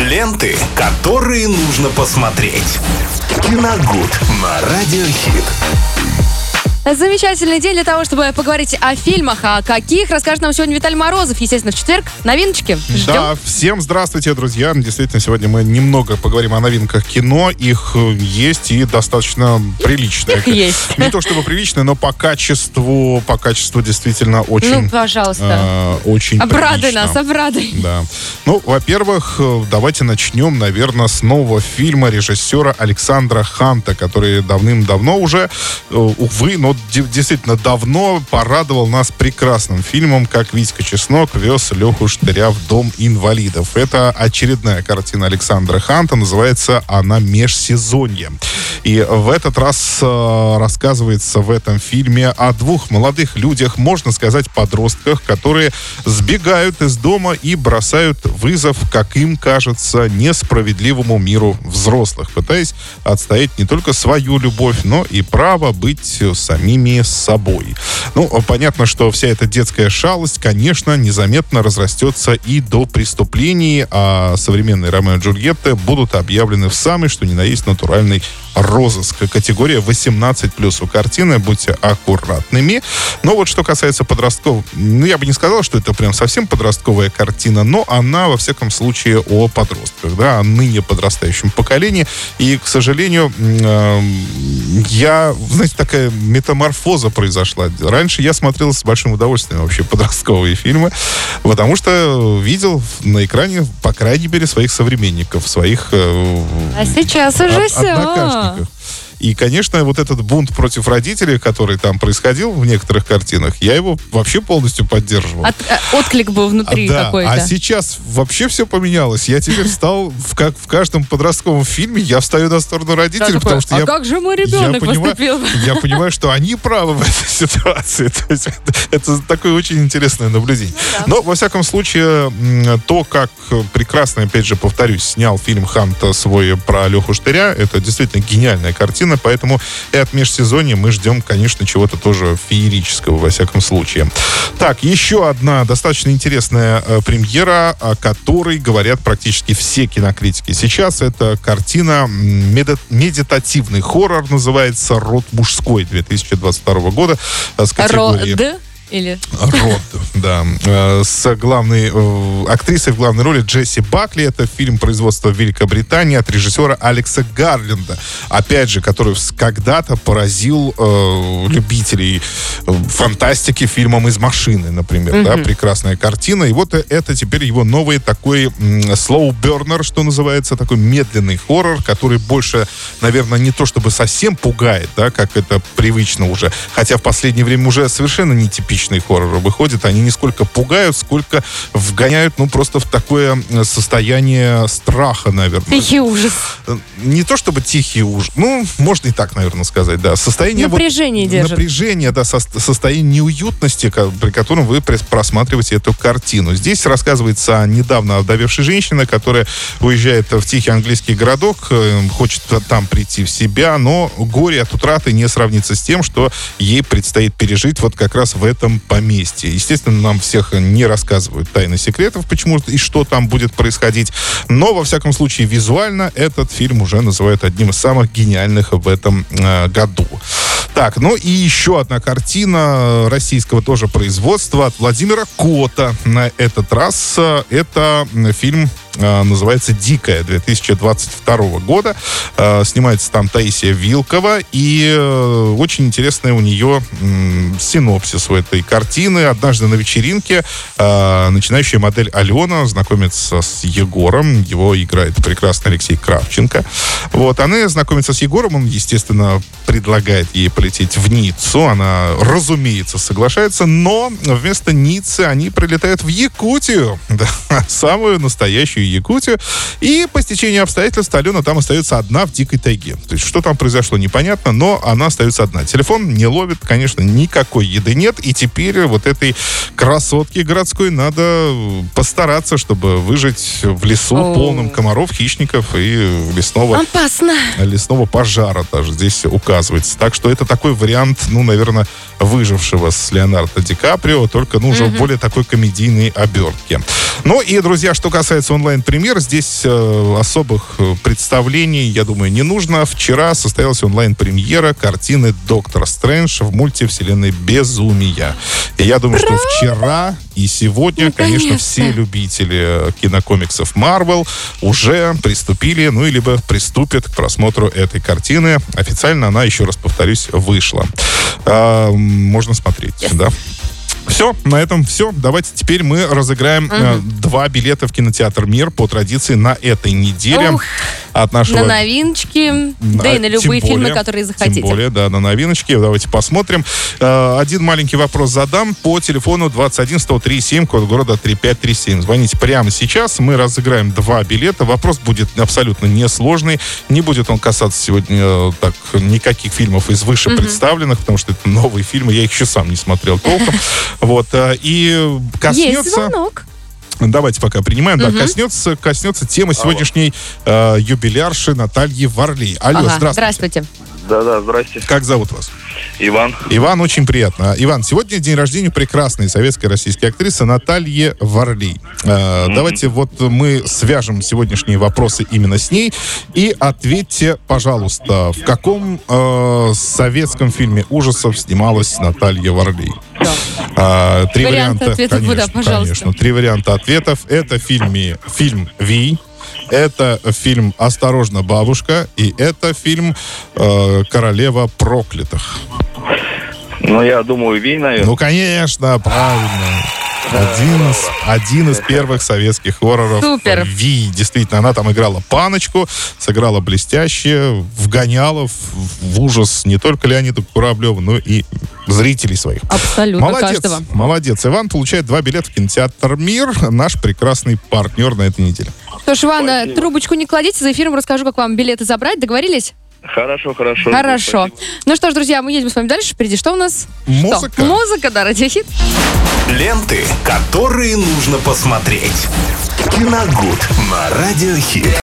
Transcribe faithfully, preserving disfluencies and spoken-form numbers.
Ленты, которые нужно посмотреть. Киногуд на Радиохит. Замечательный день для того, чтобы поговорить о фильмах. А каких, расскажет нам сегодня Виталий Морозов. Естественно, в четверг. Новиночки. Ждем. Да, всем здравствуйте, друзья. Действительно, сегодня мы немного поговорим о новинках кино. Их есть и достаточно приличные. Их есть. Не то чтобы приличные, но по качеству, по качеству действительно очень... Ну, пожалуйста. Э, очень обрадуй прилично. нас, обрадуй. Да. Ну, во-первых, давайте начнем, наверное, с нового фильма режиссера Александра Ханта, который давным-давно уже, увы, но действительно давно порадовал нас прекрасным фильмом, как Витька Чеснок вез Леху Штыря в дом инвалидов. Это очередная картина Александра Ханта, называется она «Межсезонье». И в этот раз э, рассказывается в этом фильме о двух молодых людях, можно сказать, подростках, которые сбегают из дома и бросают вызов, как им кажется, несправедливому миру взрослых, пытаясь отстоять не только свою любовь, но и право быть самими собой. Ну, понятно, что вся эта детская шалость, конечно, незаметно разрастется и до преступлений, а современные Ромео и Джульетты будут объявлены в самый, что ни на есть, натуральный розыск. Категория восемнадцать плюс у картины, будьте аккуратными. Но вот что касается подростков, ну, я бы не сказал, что это прям совсем подростковая картина, но она, во всяком случае, о подростках, да, о ныне подрастающем поколении. И, к сожалению, э, я, знаете, такая метаморфоза произошла. Раньше я смотрел с большим удовольствием вообще подростковые фильмы, потому что видел на экране, по крайней мере, своих современников, своих э, а сейчас уже од- все. однокашников. И, конечно, вот этот бунт против родителей, который там происходил в некоторых картинах, я его вообще полностью поддерживал. От, э, отклик был внутри да, какой-то. А сейчас вообще все поменялось. Я теперь стал, в, как в каждом подростковом фильме, я встаю на сторону родителей, Да, потому такой, что а я... как же мой ребенок я понимаю, поступил? Я понимаю, что они правы в этой ситуации. То есть это, это такое очень интересное наблюдение. Ну, да. Но, во всяком случае, то, как прекрасно, опять же, повторюсь, снял фильм Ханта свой про Леху Штыря, это действительно гениальная картина, поэтому и от межсезонья мы ждем, конечно, чего-то тоже феерического, во всяком случае. Так, еще одна достаточно интересная э, премьера, о которой говорят практически все кинокритики. Сейчас это картина, меди- медитативный хоррор, называется «Род мужской» две тысячи двадцать второго года. Э, с категорией... Род? Или... Род, да. Э, с главной э, актрисой в главной роли Джесси Бакли. Это фильм производства Великобритании от режиссера Алекса Гарленда. Опять же, который когда-то поразил э, любителей э, фантастики фильмом «Из машины», например. Mm-hmm. Да, прекрасная картина. И вот это теперь его новый такой м, slow burner, что называется, такой медленный хоррор, который больше, наверное, не то чтобы совсем пугает, да, как это привычно уже. Хотя в последнее время уже совершенно нетипично хорроры выходят, они не сколько пугают, сколько вгоняют, ну, просто в такое состояние страха, наверное. Тихий ужас. Не то чтобы тихий ужас, ну, можно и так, наверное, сказать, да. Состояние напряжение вот, держит. Напряжение, да, со, состояние неуютности, при котором вы просматриваете эту картину. Здесь рассказывается о недавно овдовевшей женщине, которая уезжает в тихий английский городок, хочет там прийти в себя, но горе от утраты не сравнится с тем, что ей предстоит пережить вот как раз в этом поместье. Естественно, нам всех не рассказывают тайны секретов, почему и что там будет происходить. Но, во всяком случае, визуально этот фильм уже называют одним из самых гениальных в этом э, году. Так, ну и еще одна картина российского тоже производства от Владимира Кота. На этот раз э, это фильм э, называется «Дикая» две тысячи двадцать второго года. Э, снимается там Таисия Вилкова. И э, очень интересный у нее э, синопсис у этой картины. Однажды на вечеринке э, начинающая модель Алена знакомится с Егором. Его играет прекрасный Алексей Кравченко. Вот, она знакомится с Егором. Он, естественно, предлагает ей полететь в Ниццу. Она, разумеется, соглашается. Но вместо Ниццы они прилетают в Якутию. Да, самую настоящую Якутию. И по стечению обстоятельств Алена там остается одна в дикой тайге. То есть, что там произошло, непонятно, но она остается одна. Телефон не ловит, конечно, никакой еды нет. И теперь вот этой красотке городской надо постараться, чтобы выжить в лесу, О. полном комаров, хищников и лесного... Опасно. Лесного пожара даже здесь указывается. Так что это такой вариант, ну, наверное, выжившего с Леонардо Ди Каприо, только, ну, уже mm-hmm. в более такой комедийной обертке. Ну и, друзья, что касается онлайн-премьер, здесь э, особых э, представлений, я думаю, не нужно. Вчера состоялась онлайн-премьера картины «Доктор Стрэндж» в мультивселенной «Безумия». И я думаю, что вчера и сегодня, конечно, все любители кинокомиксов Marvel уже приступили, ну, и либо приступят к просмотру этой картины. Официально она, еще раз повторюсь, вышла. А, можно смотреть, yes. да? Все, на этом все. Давайте теперь мы разыграем uh-huh. э, два билета в кинотеатр «Мир» по традиции на этой неделе. Ух, от нашего... На новиночки, на... да и на любые тем фильмы, более, которые захотите. Тем более, да, на новиночки. Давайте посмотрим. Э, один маленький вопрос задам по телефону двадцать один сто три семь, код города три пять три семь. Звоните прямо сейчас. Мы разыграем два билета. Вопрос будет абсолютно несложный. Не будет он касаться сегодня э, так никаких фильмов из выше uh-huh. представленных, потому что это новые фильмы. Я их еще сам не смотрел толком. Вот, и коснется... Есть звонок. Давайте пока принимаем. Угу. Да, коснется, коснется темы сегодняшней э, юбилярши Натальи Варлей. Алло, ага, здравствуйте. Здравствуйте. Да-да, здрасте. Как зовут вас? Иван. Иван, очень приятно. Иван, сегодня день рождения прекрасной советской российской актрисы Натальи Варлей. Э, mm-hmm. Давайте вот мы свяжем сегодняшние вопросы именно с ней. И ответьте, пожалуйста, в каком э, советском фильме ужасов снималась Наталья Варлей? Да. А, три варианта варианта, ответов, конечно, да, пожалуйста. конечно. Три варианта ответов. Это фильме, фильм «Вий», это фильм «Осторожно, бабушка», и это фильм э, «Королева проклятых». Ну, я думаю, «Вий», наверное. Ну, конечно, правильно. Один из, один из первых советских хорроров. Супер. «Вий». Действительно, она там играла паночку, сыграла блестяще, вгоняла в, в ужас не только Леонида Куравлева, но и зрителей своих. Абсолютно, молодец, каждого. Молодец. Иван получает два билета в кинотеатр «Мир», наш прекрасный партнер на этой неделе. Что ж, Иван, Спасибо. Трубочку не кладите, за эфиром расскажу, как вам билеты забрать. Договорились? Хорошо, хорошо. Хорошо. Ну что ж, друзья, мы едем с вами дальше. Впереди что у нас? Музыка. Что? Музыка, да, радиохит. Ленты, которые нужно посмотреть. Киногуд на радиохит.